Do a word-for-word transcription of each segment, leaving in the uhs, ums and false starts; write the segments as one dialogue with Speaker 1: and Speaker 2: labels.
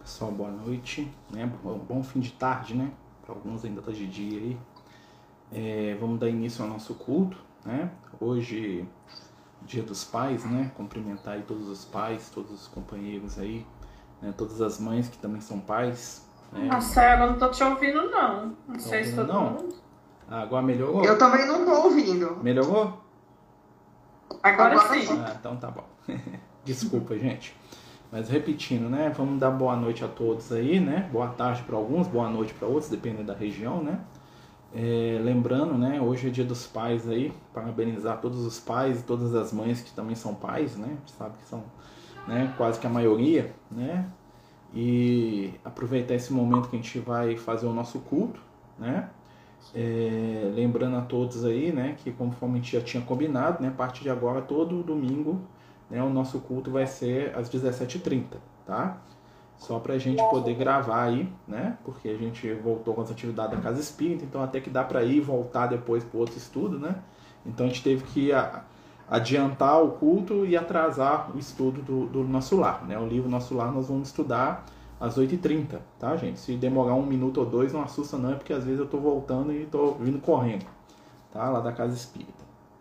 Speaker 1: Pessoal, boa noite, né? Bom, bom fim de tarde, né? Para alguns ainda tá de dia aí. É, vamos dar início ao nosso culto, né? Hoje, Dia dos Pais, né? Cumprimentar aí todos os pais, todos os companheiros aí, né? Todas as mães que também são pais. Né?
Speaker 2: Marcelo, eu não tô te ouvindo não. Não
Speaker 1: Tô
Speaker 2: sei se
Speaker 1: ouvindo,
Speaker 2: todo
Speaker 1: não?
Speaker 2: mundo.
Speaker 1: Ah, agora melhorou?
Speaker 3: Eu também não tô ouvindo.
Speaker 1: Melhorou?
Speaker 2: Agora,
Speaker 3: Agora
Speaker 2: sim.
Speaker 3: sim.
Speaker 1: Ah, então tá bom. Desculpa, gente. Mas repetindo, né? Vamos dar boa noite a todos aí, né? Boa tarde para alguns, boa noite para outros, dependendo da região, né? É, lembrando, né? Hoje é Dia dos Pais aí, parabenizar todos os pais e todas as mães que também são pais, né? Sabe que são, né? Quase que a maioria, né? E aproveitar esse momento que a gente vai fazer o nosso culto, né? É, lembrando a todos aí, né? Que conforme a gente já tinha combinado, né? A partir de agora, todo domingo, né, o nosso culto vai ser às dezessete e trinta, tá? Só pra gente poder gravar aí, né? Porque a gente voltou com as atividades da Casa Espírita, então até que dá pra ir e voltar depois pro outro estudo, né? Então a gente teve que a, adiantar o culto e atrasar o estudo do, do Nosso Lar, né? O livro Nosso Lar nós vamos estudar às oito e trinta, tá, gente? Se demorar um minuto ou dois, não assusta não, é porque às vezes eu tô voltando e tô vindo correndo, tá? Lá da Casa Espírita.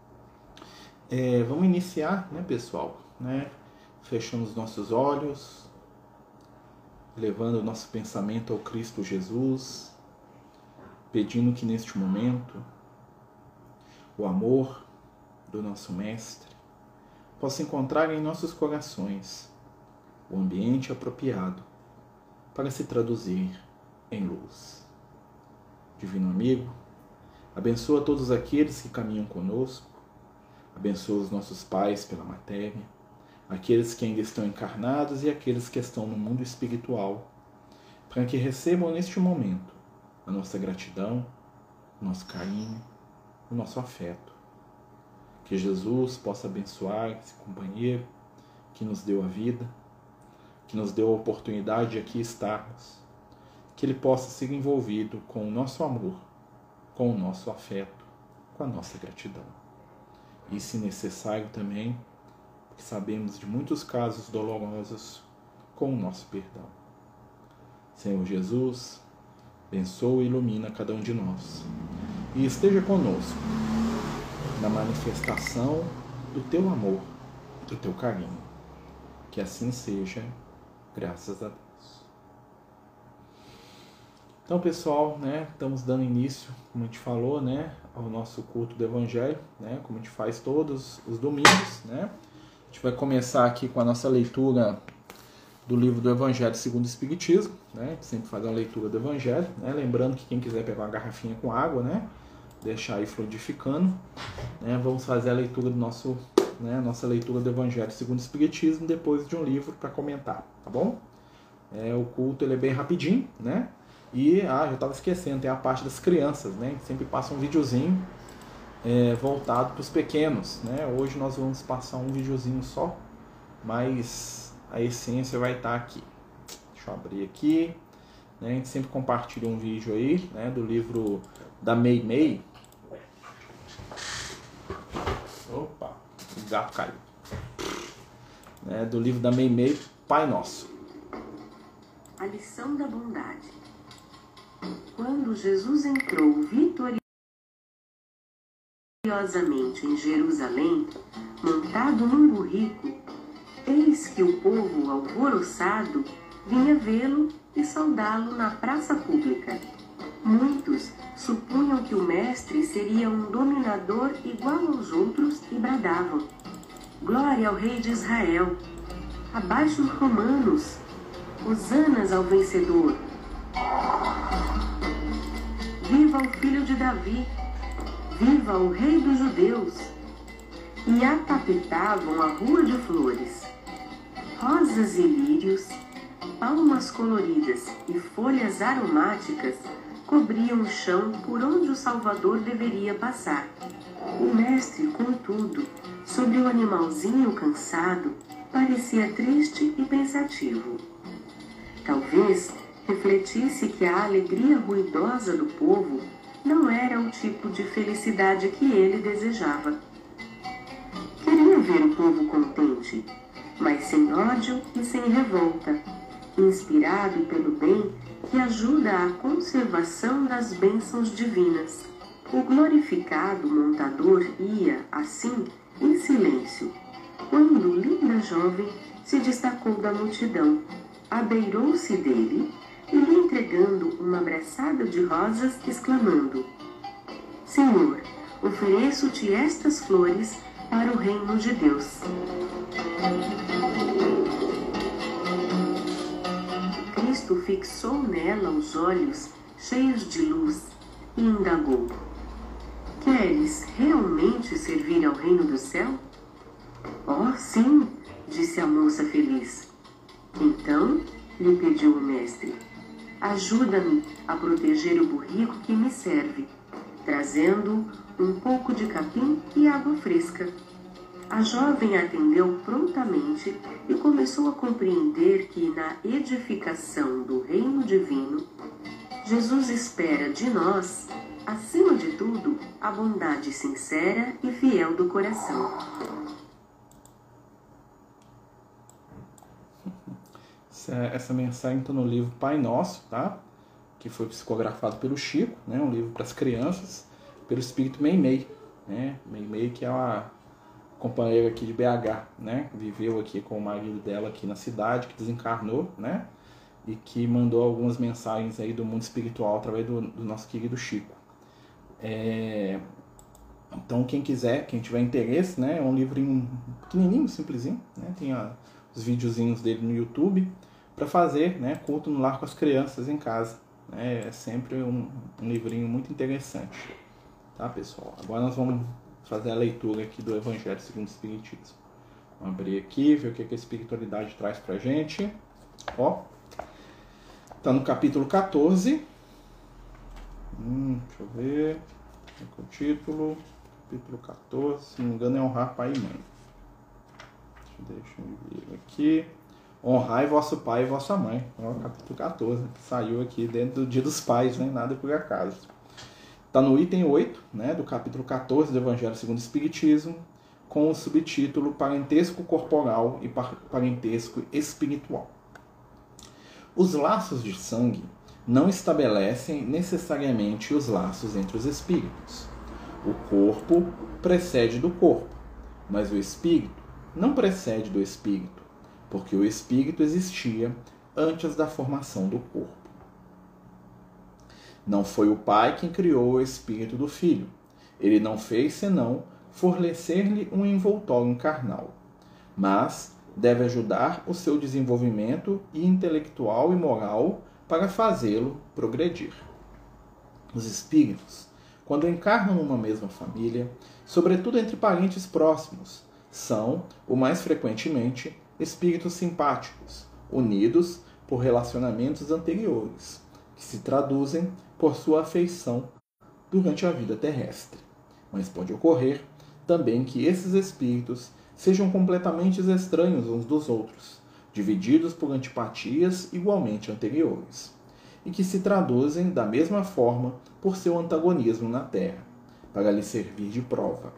Speaker 1: É, vamos iniciar, né, pessoal, né, fechando os nossos olhos, levando o nosso pensamento ao Cristo Jesus, pedindo que neste momento o amor do nosso Mestre possa encontrar em nossos corações o ambiente apropriado para se traduzir em luz. Divino amigo, abençoa todos aqueles que caminham conosco, abençoa os nossos pais pela matéria, aqueles que ainda estão encarnados e aqueles que estão no mundo espiritual, para que recebam neste momento a nossa gratidão, o nosso carinho, o nosso afeto. Que Jesus possa abençoar esse companheiro que nos deu a vida, que nos deu a oportunidade de aqui estarmos, que ele possa ser envolvido com o nosso amor, com o nosso afeto, com a nossa gratidão. E, se necessário também, porque sabemos de muitos casos dolorosos, com o nosso perdão. Senhor Jesus, abençoa e ilumina cada um de nós. E esteja conosco na manifestação do teu amor, do teu carinho. Que assim seja, graças a Deus. Então, pessoal, né, estamos dando início, como a gente falou, né, ao nosso culto do Evangelho, né, como a gente faz todos os domingos, né. A gente vai começar aqui com a nossa leitura do livro do Evangelho segundo o Espiritismo, né. A gente sempre faz a leitura do Evangelho, né, lembrando que quem quiser pegar uma garrafinha com água, né, deixar aí fluidificando, né, vamos fazer a leitura do nosso, né, nossa leitura do Evangelho segundo o Espiritismo depois de um livro para comentar, tá bom? É, o culto ele é bem rapidinho, né? E, ah, já estava esquecendo, tem a parte das crianças, né? Que sempre passa um videozinho é, voltado para os pequenos, né? Hoje nós vamos passar um videozinho só, mas a essência vai estar aqui. Deixa eu abrir aqui, né? A gente sempre compartilha um vídeo aí, né? Do livro da Mei Mei. Opa, o gato caiu. Né? Do livro da Mei Mei, Pai Nosso.
Speaker 4: A lição da bondade. Quando Jesus entrou vitoriosamente em Jerusalém, montado num burrico, eis que o povo alvoroçado vinha vê-lo e saudá-lo na praça pública. Muitos supunham que o mestre seria um dominador igual aos outros e bradavam: glória ao rei de Israel! Abaixo os romanos! Hosanas ao vencedor! Viva o filho de Davi! Viva o rei dos judeus! E atapetavam a rua de flores. Rosas e lírios, palmas coloridas e folhas aromáticas cobriam o chão por onde o Salvador deveria passar. O mestre, contudo, sobre o animalzinho cansado, parecia triste e pensativo. Talvez refletisse que a alegria ruidosa do povo não era o tipo de felicidade que ele desejava. Queria ver o povo contente, mas sem ódio e sem revolta. inspirado pelo bem que ajuda à conservação das bênçãos divinas. O glorificado montador ia, assim, em silêncio, quando linda jovem se destacou da multidão, abeirou-se dele e, lhe entregando uma braçada de rosas, exclamando: Senhor, ofereço-te estas flores para o reino de Deus. Cristo fixou nela os olhos cheios de luz e indagou: Queres realmente servir ao reino do céu? Oh, sim, disse a moça feliz. Então, lhe pediu o mestre, ajuda-me a proteger o burrico que me serve, trazendo um pouco de capim e água fresca. A jovem atendeu prontamente e começou a compreender que na edificação do reino divino, Jesus espera de nós, acima de tudo, a bondade sincera e fiel do coração.
Speaker 1: Essa mensagem está no livro Pai Nosso, tá? Que foi psicografado pelo Chico, né? Um livro para as crianças, pelo espírito Meimei, né? Meimei, que é uma companheira aqui de B H, né? Viveu aqui com o marido dela aqui na cidade, que desencarnou, né? E que mandou algumas mensagens aí do mundo espiritual através do, do nosso querido Chico. É... Então, quem quiser, quem tiver interesse, né? É um livrinho pequenininho, simplesinho, né? Tem a, os videozinhos dele no YouTube, para fazer, né, culto no lar com as crianças em casa. Né? É sempre um, um livrinho muito interessante. Tá, pessoal? Agora nós vamos fazer a leitura aqui do Evangelho segundo o Espiritismo. Vamos abrir aqui, ver o que a espiritualidade traz pra gente. Ó, tá no capítulo quatorze. Hum, deixa eu ver. Qual é o título? Capítulo quatorze, se não me engano é honrar pai e mãe. Deixa eu ver aqui. Honrai vosso pai e vossa mãe. Ó, capítulo quatorze, que saiu aqui dentro do Dia dos Pais, né? Nada por acaso. Está no item oito, né, do capítulo quatorze do Evangelho segundo o Espiritismo, com o subtítulo Parentesco Corporal e Parentesco Espiritual. Os laços de sangue não estabelecem necessariamente os laços entre os espíritos. O corpo precede do corpo, mas o espírito não precede do espírito, porque o espírito existia antes da formação do corpo. Não foi o pai quem criou o espírito do filho. Ele não fez senão fornecer-lhe um envoltório carnal, mas deve ajudar o seu desenvolvimento intelectual e moral para fazê-lo progredir. Os espíritos, quando encarnam numa mesma família, sobretudo entre parentes próximos, são, o mais frequentemente, espíritos simpáticos, unidos por relacionamentos anteriores, que se traduzem por sua afeição durante a vida terrestre. Mas pode ocorrer também que esses espíritos sejam completamente estranhos uns dos outros, divididos por antipatias igualmente anteriores, e que se traduzem da mesma forma por seu antagonismo na Terra, para lhe servir de prova.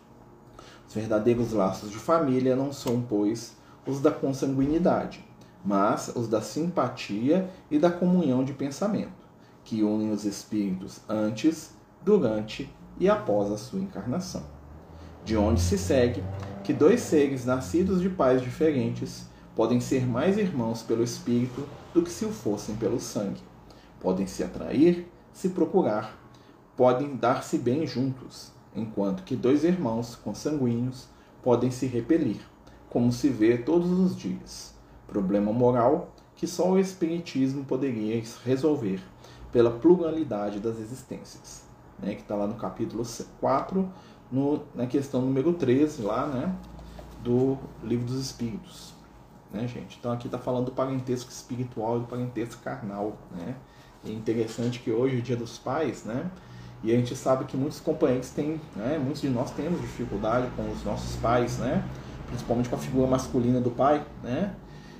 Speaker 1: Os verdadeiros laços de família não são, pois, os da consanguinidade, mas os da simpatia e da comunhão de pensamento, que unem os espíritos antes, durante e após a sua encarnação. De onde se segue que dois seres nascidos de pais diferentes podem ser mais irmãos pelo espírito do que se o fossem pelo sangue. Podem se atrair, se procurar, podem dar-se bem juntos, enquanto que dois irmãos consanguíneos podem se repelir, como se vê todos os dias. Problema moral que só o Espiritismo poderia resolver pela pluralidade das existências, né, que está lá no capítulo quatro, no, na questão número treze, lá, né, do Livro dos Espíritos. Né, gente? Então aqui está falando do parentesco espiritual e do parentesco carnal. Né? E é interessante que hoje é o Dia dos Pais, né, e a gente sabe que muitos companheiros têm, né, muitos de nós temos dificuldade com os nossos pais, né, principalmente com a figura masculina do pai, né?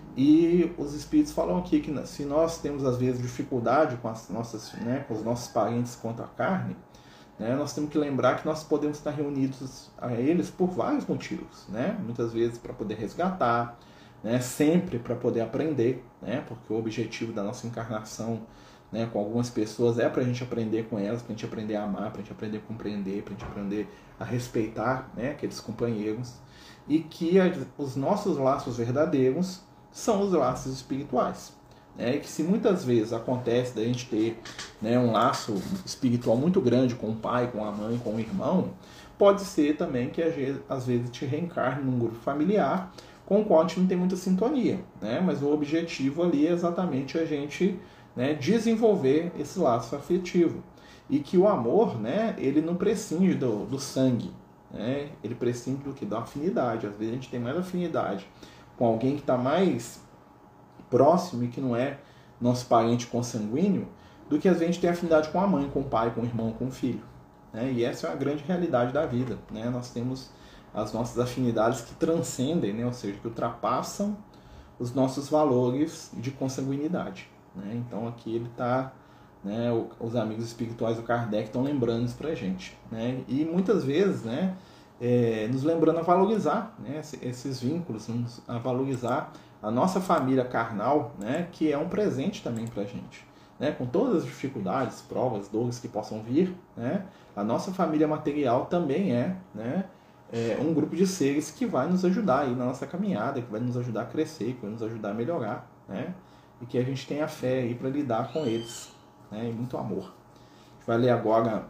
Speaker 1: E os espíritos falam aqui que se nós temos às vezes dificuldade com as nossas, né, com os nossos parentes quanto à carne, né, nós temos que lembrar que nós podemos estar reunidos a eles por vários motivos, né? Muitas vezes para poder resgatar, né, sempre para poder aprender, né, porque o objetivo da nossa encarnação, né, com algumas pessoas é para a gente aprender com elas, para a gente aprender a amar, para a gente aprender a compreender, para a gente aprender a respeitar, né, aqueles companheiros, e que os nossos laços verdadeiros são os laços espirituais. É que se muitas vezes acontece da gente ter, né, um laço espiritual muito grande com o pai, com a mãe, com o irmão, pode ser também que às vezes te reencarne num grupo familiar com o qual a gente não tem muita sintonia, né? Mas o objetivo ali é exatamente a gente, né, desenvolver esse laço afetivo. E que o amor, né, ele não prescinde do, do sangue, né? Ele prescinde do que? Da afinidade. Às vezes a gente tem mais afinidade com alguém que está mais próximo e que não é nosso parente consanguíneo, do que às vezes a gente tem afinidade com a mãe, com o pai, com o irmão, com o filho. Né? E essa é a grande realidade da vida. Né? Nós temos as nossas afinidades que transcendem, né? Ou seja, que ultrapassam os nossos valores de consanguinidade. Né? Então aqui ele está, né, os amigos espirituais do Kardec estão lembrando isso para a gente. Né? E muitas vezes, né, é, nos lembrando a valorizar, né, esses vínculos, a valorizar a nossa família carnal, né, que é um presente também para a gente. Né, com todas as dificuldades, provas, dores que possam vir, né, a nossa família material também é, né, é um grupo de seres que vai nos ajudar aí na nossa caminhada, que vai nos ajudar a crescer, que vai nos ajudar a melhorar, né, e que a gente tenha fé aí para lidar com eles, né, e muito amor. A gente vai ler agora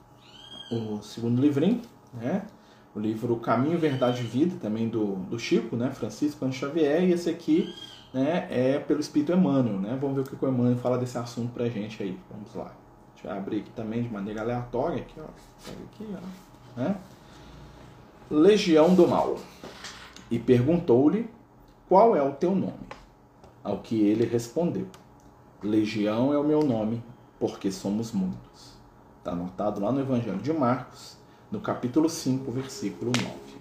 Speaker 1: o segundo livrinho, né, o livro Caminho, Verdade e Vida, também do, do Chico, né, Francisco Cândido Xavier, e esse aqui, né, é pelo Espírito Emmanuel, né? Vamos ver o que o Emmanuel fala desse assunto pra gente aí. Vamos lá. A gente vai abrir aqui também de maneira aleatória, aqui, ó. Pega aqui, ó. Né? Legião do Mal. E perguntou-lhe: qual é o teu nome? Ao que ele respondeu: Legião é o meu nome, porque somos muitos. Está anotado lá no Evangelho de Marcos, no capítulo cinco, versículo nove.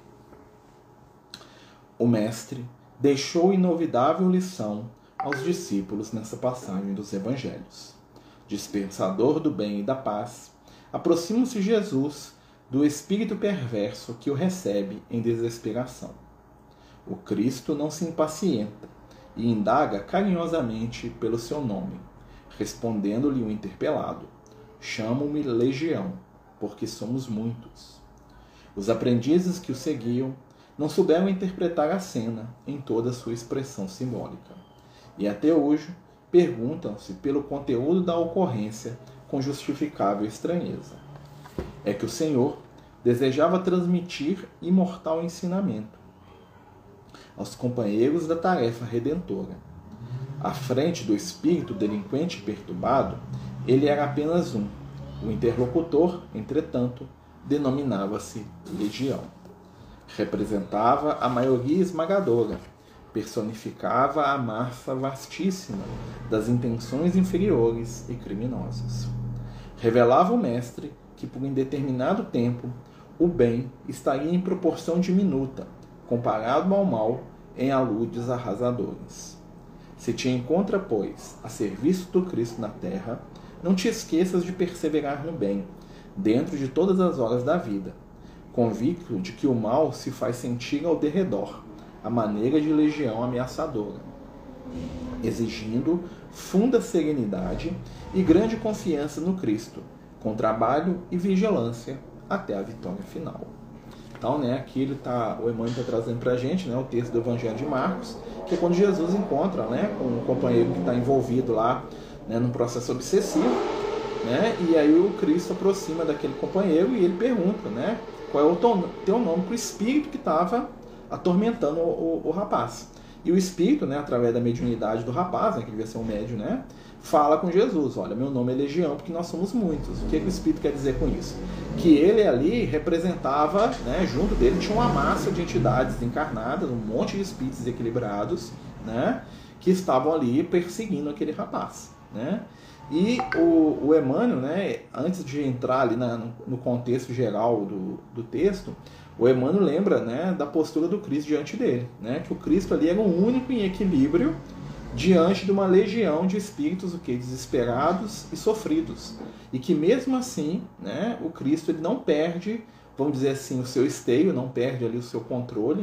Speaker 1: O mestre deixou inovidável lição aos discípulos nessa passagem dos Evangelhos. Dispensador do bem e da paz, aproxima-se Jesus do espírito perverso que o recebe em desesperação. O Cristo não se impacienta e indaga carinhosamente pelo seu nome, respondendo-lhe o interpelado: chamo-me Legião, porque somos muitos. Os aprendizes que o seguiam não souberam interpretar a cena em toda a sua expressão simbólica, e até hoje perguntam-se pelo conteúdo da ocorrência com justificável estranheza. É que o Senhor desejava transmitir imortal ensinamento aos companheiros da tarefa redentora. À frente do espírito delinquente e perturbado, ele era apenas um. O interlocutor, entretanto, denominava-se Legião. Representava a maioria esmagadora, personificava a massa vastíssima das intenções inferiores e criminosas. Revelava o mestre que, por indeterminado tempo, o bem estaria em proporção diminuta, comparado ao mal em aludes arrasadores. Se te encontra, pois, a serviço do Cristo na terra, não te esqueças de perseverar no bem, dentro de todas as horas da vida, convicto de que o mal se faz sentir ao derredor, à maneira de legião ameaçadora, exigindo funda serenidade e grande confiança no Cristo, com trabalho e vigilância até a vitória final. Então, né, aqui ele tá, o Emmanuel está trazendo para a gente, né, o texto do Evangelho de Marcos, que é quando Jesus encontra, né, com um companheiro que está envolvido lá, né, num processo obsessivo, né, e aí o Cristo aproxima daquele companheiro e ele pergunta, né, qual é o teu nome, para o espírito que estava atormentando o, o, o rapaz. E o espírito, né, através da mediunidade do rapaz, né, que devia ser um médium, né, fala com Jesus: olha, meu nome é Legião porque nós somos muitos. O que, que o espírito quer dizer com isso? Que ele ali representava, né, junto dele tinha uma massa de entidades encarnadas, um monte de espíritos desequilibrados, né, que estavam ali perseguindo aquele rapaz, né? E o, o Emmanuel, né, antes de entrar ali na, no, no contexto geral do, do texto, o Emmanuel lembra, né, da postura do Cristo diante dele, né, que o Cristo ali era o único em equilíbrio diante de uma legião de espíritos o que, desesperados e sofridos, e que mesmo assim, né, o Cristo ele não perde, vamos dizer assim, o seu esteio, não perde ali o seu controle,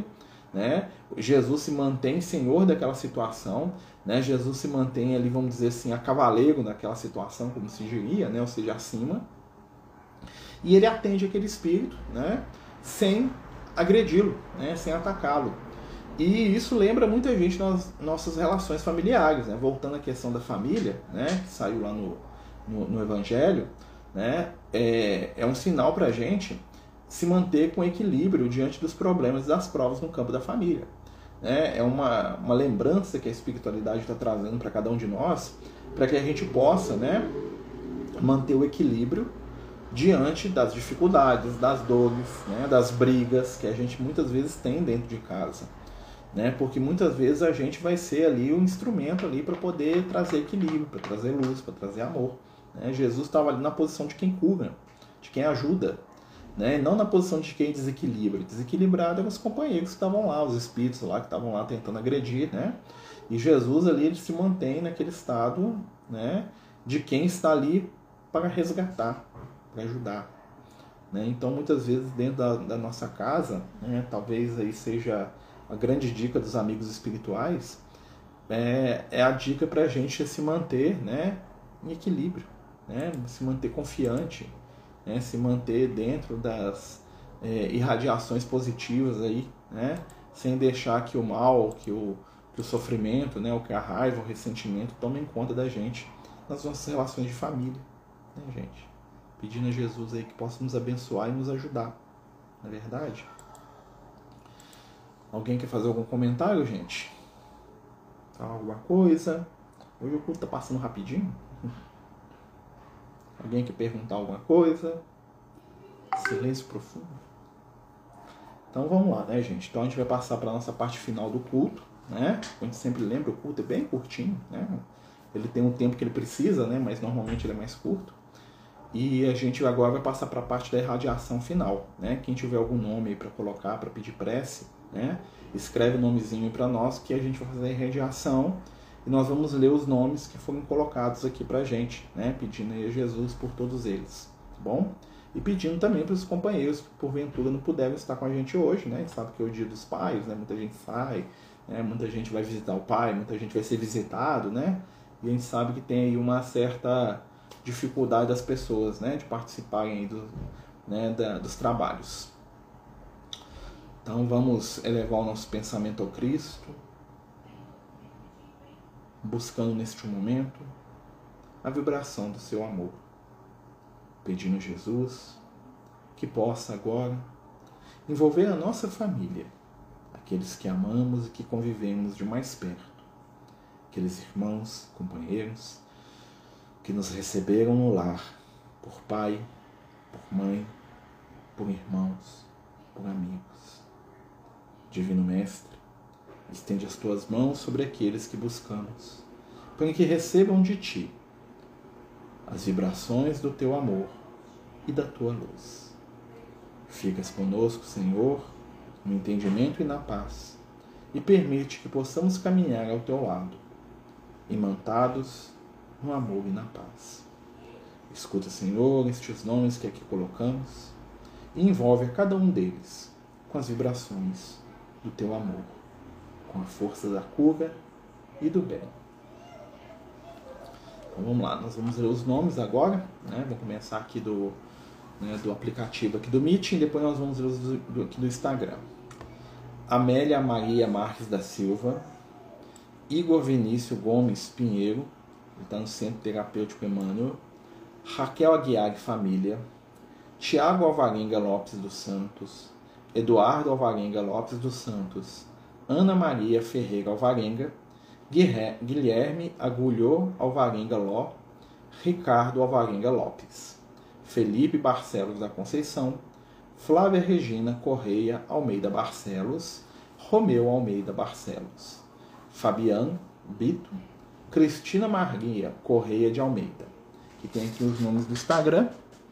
Speaker 1: né? Jesus se mantém senhor daquela situação, né? Jesus se mantém ali, vamos dizer assim, a cavaleiro daquela situação, como se diria, né? Ou seja, acima. E ele atende aquele espírito, né? Sem agredi-lo, né? Sem atacá-lo. E isso lembra muita gente nas nossas relações familiares, né? Voltando à questão da família, né? Que saiu lá no, no, no Evangelho, né? É, é um sinal para a gente se manter com equilíbrio diante dos problemas e das provas no campo da família. Né? É uma, uma lembrança que a espiritualidade está trazendo para cada um de nós, para que a gente possa, né, manter o equilíbrio diante das dificuldades, das dores, né, das brigas que a gente muitas vezes tem dentro de casa. Né? Porque muitas vezes a gente vai ser ali um instrumento ali para poder trazer equilíbrio, para trazer luz, para trazer amor. Né? Jesus estava ali na posição de quem cura, de quem ajuda, né? Não na posição de quem desequilibra. Desequilibrado eram os companheiros que estavam lá, os espíritos lá que estavam lá tentando agredir, né? E Jesus ali, ele se mantém naquele estado, né, de quem está ali para resgatar, para ajudar, né? Então muitas vezes dentro da, da nossa casa, né, talvez aí seja a grande dica dos amigos espirituais, é, é a dica para a gente se manter, né, em equilíbrio, né, se manter confiante, né, se manter dentro das é, irradiações positivas aí, né, sem deixar que o mal, que o, que o sofrimento, né, ou que a raiva, o ressentimento tomem conta da gente nas nossas relações de família, né, gente? Pedindo a Jesus aí que possa nos abençoar e nos ajudar, não é verdade? Alguém quer fazer algum comentário, gente? Falar alguma coisa? Hoje o culto tá passando rapidinho. Alguém quer perguntar alguma coisa? Silêncio profundo. Então vamos lá, né, gente? Então a gente vai passar para a nossa parte final do culto, né? A gente sempre lembra, o culto é bem curtinho, né? Ele tem um tempo que ele precisa, né? Mas normalmente ele é mais curto. E a gente agora vai passar para a parte da irradiação final, né? Quem tiver algum nome aí para colocar, para pedir prece, né? Escreve o nomezinho aí para nós que a gente vai fazer a irradiação. E nós vamos ler os nomes que foram colocados aqui pra gente, né? Pedindo aí a Jesus por todos eles, tá bom? E pedindo também para os companheiros que porventura não puderam estar com a gente hoje, né? A gente sabe que é o dia dos pais, né? Muita gente sai, né? Muita gente vai visitar o pai, muita gente vai ser visitado, né? E a gente sabe que tem aí uma certa dificuldade das pessoas, né? De participarem aí do, né? da, dos trabalhos. Então vamos elevar o nosso pensamento ao Cristo, buscando neste momento a vibração do seu amor, pedindo a Jesus que possa agora envolver a nossa família, aqueles que amamos e que convivemos de mais perto, aqueles irmãos, companheiros que nos receberam no lar, por pai, por mãe, por irmãos, por amigos. Divino Mestre, estende as tuas mãos sobre aqueles que buscamos, para que recebam de ti as vibrações do teu amor e da tua luz. Ficas conosco, Senhor, no entendimento e na paz, e permite que possamos caminhar ao teu lado, imantados no amor e na paz. Escuta, Senhor, estes nomes que aqui colocamos, e envolve a cada um deles com as vibrações do teu amor, com a força da cura e do bem. Então vamos lá, nós vamos ler os nomes agora, né? Vamos começar aqui do, né, do aplicativo aqui do Meet, e depois nós vamos ler os do, do, aqui do Instagram. Amélia Maria Marques da Silva, Igor Vinícius Gomes Pinheiro, ele está no Centro Terapêutico Emmanuel, Raquel Aguiar Família, Tiago Alvarenga Lopes dos Santos, Eduardo Alvarenga Lopes dos Santos, Ana Maria Ferreira Alvarenga, Guilherme Agulhou Alvarenga Ló, Ricardo Alvarenga Lopes, Felipe Barcelos da Conceição, Flávia Regina Correia Almeida Barcelos, Romeu Almeida Barcelos, Fabiano Bito, Cristina Maria Correia de Almeida. Que tem aqui os nomes do Instagram.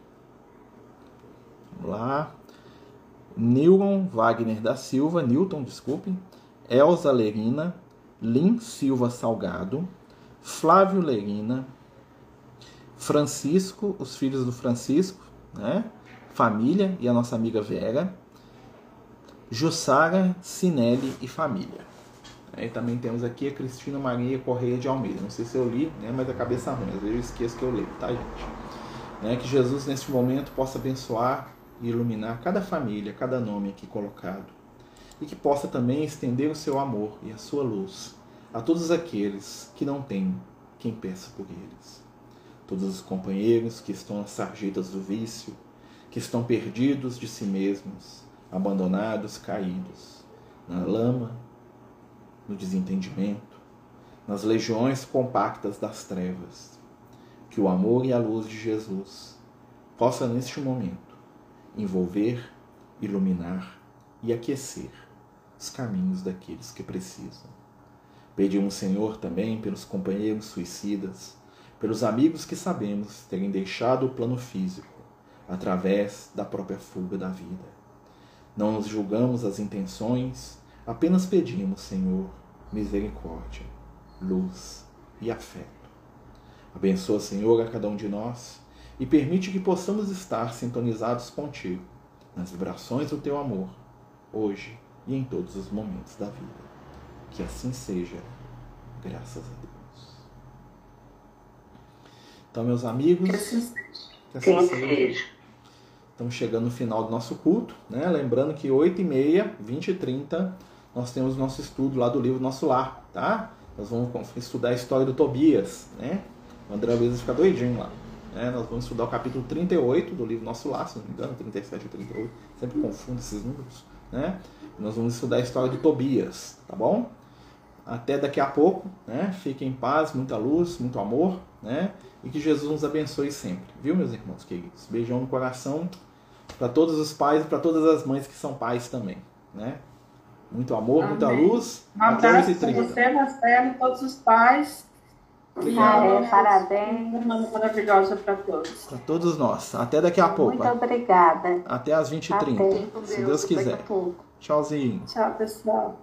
Speaker 1: Vamos lá. Nilton Wagner da Silva, Newton, desculpe, Elza Lerina, Lin Silva Salgado, Flávio Lerina, Francisco, os filhos do Francisco, né? Família e a nossa amiga Vera, Jussara Sinelli e família. E também temos aqui a Cristina Maria Correia de Almeida. Não sei se eu li, né, mas a cabeça ruim, às vezes eu esqueço que eu leio, tá, gente? Né, que Jesus, neste momento, possa abençoar e iluminar cada família, cada nome aqui colocado. E que possa também estender o seu amor e a sua luz a todos aqueles que não têm quem peça por eles. Todos os companheiros que estão nas sarjetas do vício, que estão perdidos de si mesmos, abandonados, caídos, na lama, no desentendimento, nas legiões compactas das trevas. Que o amor e a luz de Jesus possa, neste momento, envolver, iluminar e aquecer os caminhos daqueles que precisam. Pedimos, Senhor, também pelos companheiros suicidas, pelos amigos que sabemos terem deixado o plano físico através da própria fuga da vida. Não nos julgamos as intenções, apenas pedimos, Senhor, misericórdia, luz e afeto. Abençoa, Senhor, a cada um de nós e permite que possamos estar sintonizados contigo nas vibrações do teu amor, hoje e em todos os momentos da vida. Que assim seja, graças a Deus. Então, meus amigos,
Speaker 2: Que assim seja.
Speaker 1: que assim seja. Estamos chegando no final do nosso culto, né? Lembrando que oito e meia, vinte e trinta, nós temos o nosso estudo lá do livro Nosso Lar, tá? Nós vamos estudar a história do Tobias, né? O André Luiz fica doidinho lá. Né? Nós vamos estudar o capítulo trinta e oito do livro Nosso Lar, se não me engano, trinta e sete ou trinta e oito, sempre confundo esses números, né? Nós vamos estudar a história de Tobias, tá bom? Até daqui a pouco, né? Fiquem em paz, muita luz, muito amor, né? E que Jesus nos abençoe sempre, viu, meus irmãos queridos? Beijão no coração para todos os pais e para todas as mães que são pais também, né? Muito amor,
Speaker 2: Amém.
Speaker 1: muita luz.
Speaker 2: Um abraço para você, Marcelo, todos os pais.
Speaker 3: Obrigado. Parabéns.
Speaker 2: Uma semana maravilhosa para todos.
Speaker 1: Para todos nós. Até daqui a pouco.
Speaker 3: Muito obrigada.
Speaker 1: Até às vinte e trinta.
Speaker 3: Até.
Speaker 1: Se Deus quiser.
Speaker 3: Daqui a pouco.
Speaker 1: Tchauzinho.
Speaker 2: Tchau, pessoal.